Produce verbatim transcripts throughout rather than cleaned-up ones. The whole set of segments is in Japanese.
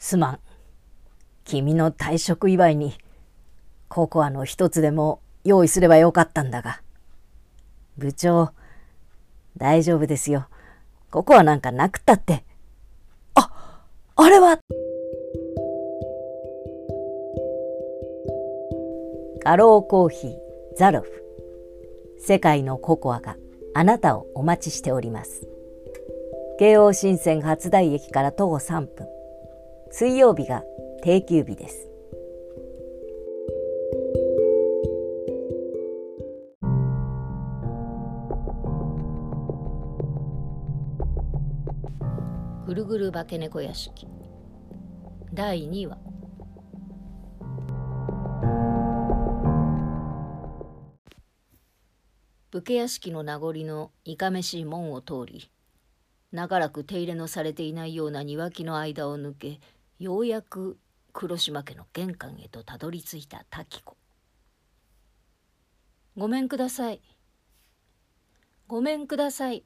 すまん。君の退職祝いにココアの一つでも用意すればよかったんだが。部長、大丈夫ですよ。ココアなんかなくったって。あ、あれはカローコーヒーザロフ。世界のココアがあなたをお待ちしております。京王新線初台駅から徒歩さんぷん。水曜日が定休日です。 ぐるぐる化け猫屋敷だいにわ。武家屋敷の名残のいかめしい門を通り、長らく手入れのされていないような庭木の間を抜け、ようやく黒島家の玄関へとたどり着いた滝子。ごめんください。ごめんください。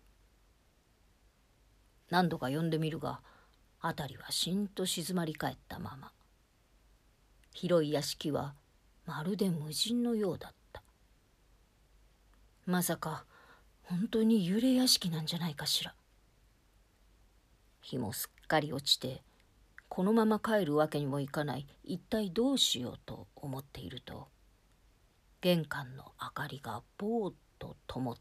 何度か呼んでみるが、辺りはしんと静まり返ったまま。広い屋敷はまるで無人のようだった。まさか本当に幽霊屋敷なんじゃないかしら。日もすっかり落ちて、このまま帰るわけにもいかない。一体どうしようと思っていると、玄関の明かりがぼーっと灯った。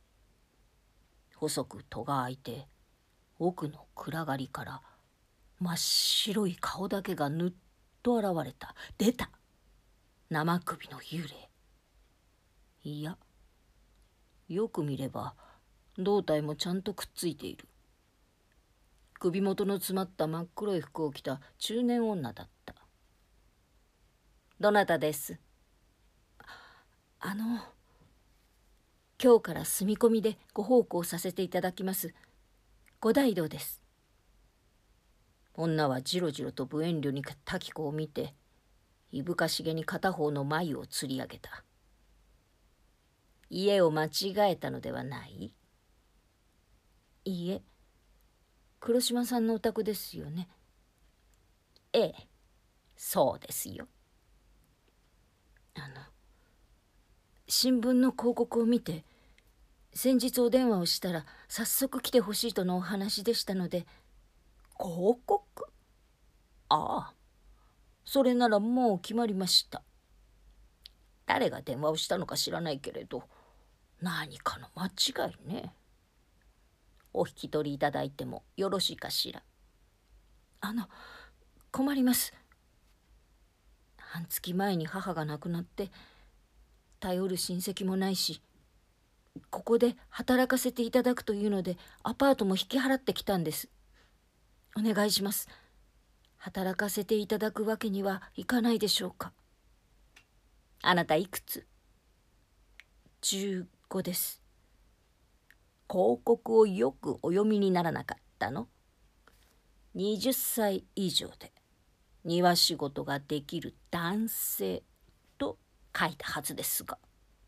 細く戸が開いて、奥の暗がりから真っ白い顔だけがぬっと現れた。出た、生首の幽霊。いや、よく見れば胴体もちゃんとくっついている。首元の詰まった真っ黒い服を着た中年女だった。どなたです？あの今日から住み込みでご奉公させていただきます五大道です。女はじろじろと無遠慮に滝子を見て、いぶかしげに片方の眉をつり上げた。家を間違えたのではない？いいえ、黒島さんのお宅ですよね。ええ、そうですよ。あの新聞の広告を見て、先日お電話をしたら早速来てほしいとのお話でしたので。広告？ああ、それならもう決まりました。誰が電話をしたのか知らないけれど、何かの間違いね。お引き取りいただいてもよろしいかしら。あの困ります。半月前に母が亡くなって、頼る親戚もないし、ここで働かせていただくというのでアパートも引き払ってきたんです。お願いします。働かせていただくわけにはいかないでしょうか。あなたいくつ？じゅうごです。広告をよくお読みにならなかったの？にじゅっさい以上で庭仕事ができる男性と書いたはずですが。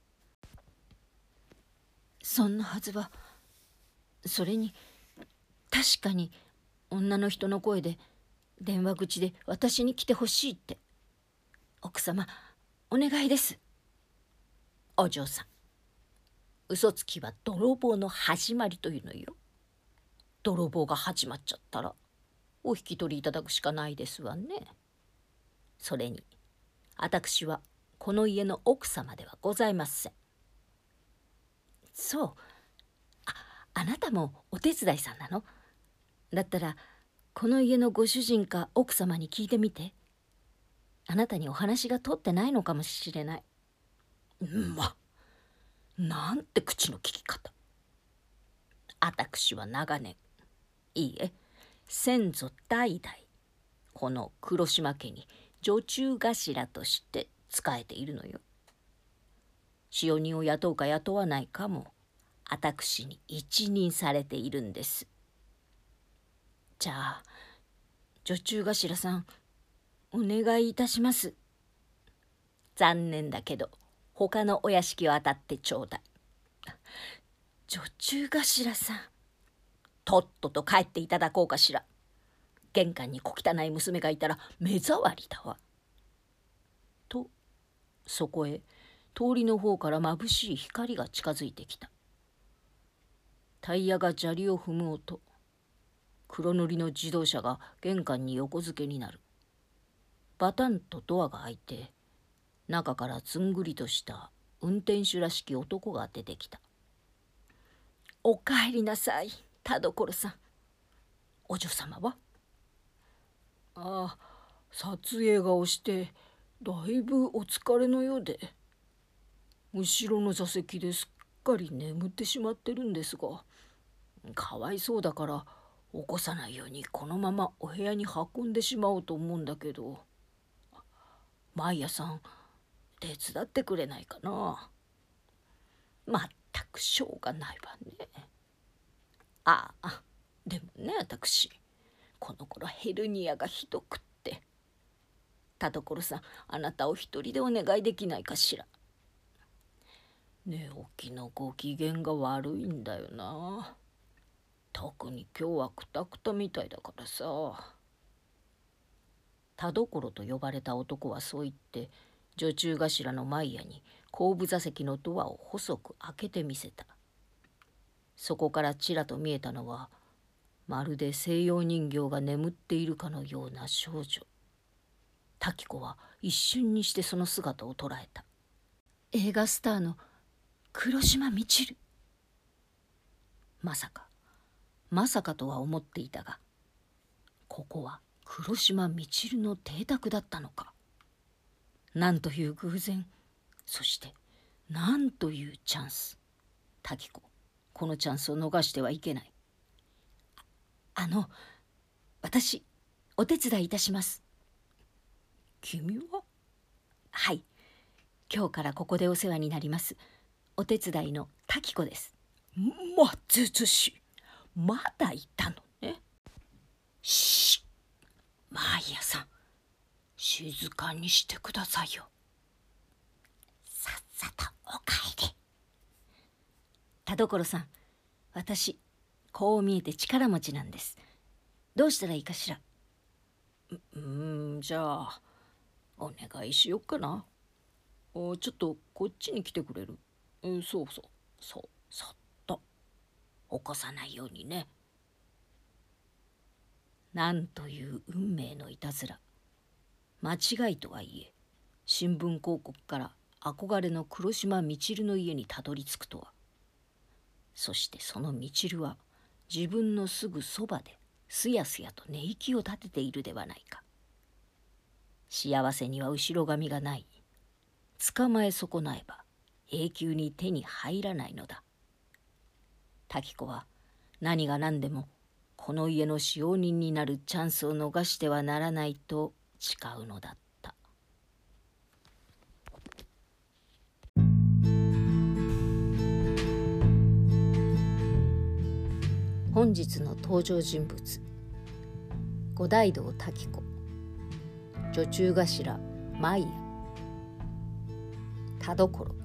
そんなはずは。それに確かに女の人の声で電話口で私に来てほしいって。奥様、お願いです。お嬢さん、嘘つきは泥棒の始まりというのよ。泥棒が始まっちゃったらお引き取りいただくしかないですわね。それに私はこの家の奥様ではございません。そう、あ、あなたもお手伝いさんなの？だったらこの家のご主人か奥様に聞いてみて。あなたにお話が通ってないのかもしれない。ま、なんて口の利き方。私は長年、いいえ、先祖代々この黒島家に女中頭として仕えているのよ。使用人を雇うか雇わないかも私に一任されているんです。じゃあ女中頭さん、お願いいたします。残念だけど他のお屋敷を当たってちょうだい。女中頭さん、とっとと帰っていただこうかしら。 玄関に小汚い娘がいたら目障りだわ。とそこへ通りの方からまぶしい光が近づいてきた。タイヤが砂利を踏む音、黒塗りの自動車が玄関に横付けになる。バタンとドアが開いて、中からずんぐりとした運転手らしき男が出てきた。おかえりなさい、田所さん。お嬢様は？ああ、撮影が押してだいぶお疲れのようで、後ろの座席ですっかり眠ってしまってるんですが、かわいそうだから起こさないようにこのままお部屋に運んでしまおうと思うんだけど、マイヤさん手伝ってくれないかな。まったくしょうがないわね。ああ、でもね、私この頃ヘルニアがひどくって。田所さん、あなたお一人でお願いできないかしら。寝起きのご機嫌が悪いんだよな。特に今日はクタクタみたいだからさ。田所と呼ばれた男はそう言って女中頭のマイヤに後部座席のドアを細く開けてみせた。そこからちらと見えたのは、まるで西洋人形が眠っているかのような少女。滝子は一瞬にしてその姿を捉えた。映画スターの黒島みちる。まさかまさかとは思っていたが、ここは黒島みちるの邸宅だったのか。なんという偶然、そしてなんというチャンス。滝子、このチャンスを逃してはいけない。あの、私お手伝いいたします。君は？はい、今日からここでお世話になりますお手伝いの滝子です。まずずしい、まだいたのね。しっ、マイヤさん、静かにしてくださいよ。さっさとお帰り。田所さん、私こう見えて力持ちなんです。どうしたらいいかしら。うーん、じゃあお願いしよっかな。おちょっとこっちに来てくれる？えそうそうそうそっと起こさないようにね。なんという運命のいたずら。間違いとはいえ新聞広告から憧れの黒島みちるの家にたどり着くとは。そしてそのみちるは自分のすぐそばですやすやと寝息を立てているではないか。幸せには後ろ髪がない。捕まえ損なえば永久に手に入らないのだ。滝子は何が何でもこの家の使用人になるチャンスを逃してはならないと誓うのだった。本日の登場人物、五大道滝子、女中頭マイヤ、田所、